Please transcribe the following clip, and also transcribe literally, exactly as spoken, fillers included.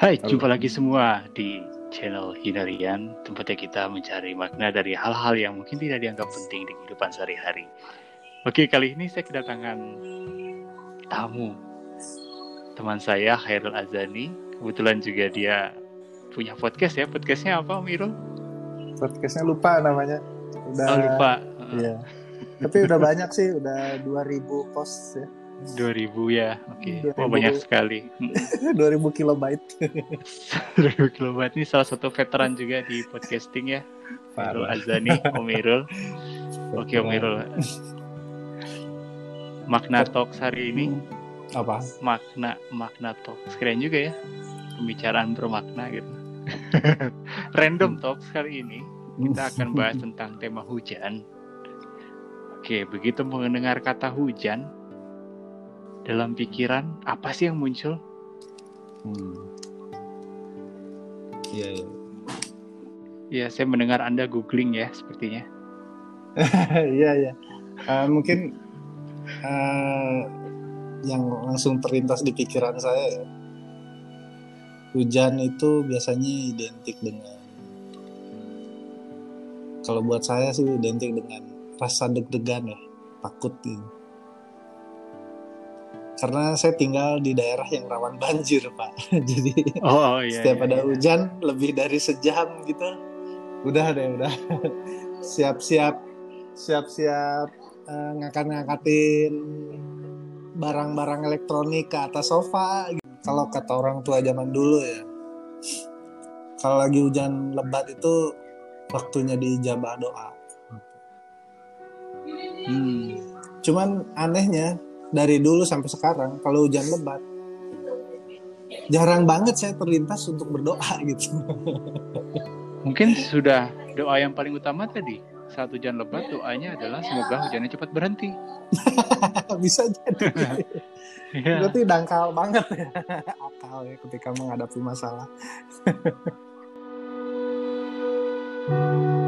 Hai, Halo. jumpa lagi semua di channel Hinarian, tempatnya kita mencari makna dari hal-hal yang mungkin tidak dianggap penting di kehidupan sehari-hari. Oke, kali ini saya kedatangan tamu, teman saya Khairul Azani. Kebetulan juga dia punya podcast ya. Podcastnya apa, Om Irul? Podcastnya lupa namanya. Udah. Oh, lupa. Iya. Tapi udah banyak sih, udah dua ribu post ya. dua ribu ya, oke. dua ribu. Oh, banyak sekali. dua ribu kilobyte. dua ribu kilobyte ini salah satu veteran juga di podcasting ya. Khairul Azani, Om Irul. Oke, Om Irul. Makna Talks hari ini. Apa? Makna makna Talks keren juga ya. Pembicaraan bermakna gitu. Random Talks kali ini kita akan bahas tentang tema hujan. Oke, begitu mendengar kata hujan, dalam pikiran apa sih yang muncul? Hmm. Iya, iya. Ya, saya mendengar Anda googling ya sepertinya. Iya, iya. Uh, mungkin uh, yang langsung terlintas di pikiran saya ya, hujan itu biasanya identik dengan, kalau buat saya sih identik dengan rasa deg-degan ya, takut gitu. Karena saya tinggal di daerah yang rawan banjir, Pak. Jadi oh, iya, setiap iya, ada iya. hujan lebih dari sejam gitu, udah deh udah siap-siap siap-siap uh, ngangkat-ngangkatin barang-barang elektronik ke atas sofa gitu. Kalau kata orang tua zaman dulu ya, kalau lagi hujan lebat itu waktunya diijabah doa. Hmm. Cuman anehnya dari dulu sampai sekarang kalau hujan lebat jarang banget saya terlintas untuk berdoa gitu. Mungkin sudah doa yang paling utama tadi saat hujan lebat, doanya adalah semoga hujannya cepat berhenti. Bisa jadi. Ya. Berarti dangkal banget ya akal ya ketika menghadapi masalah.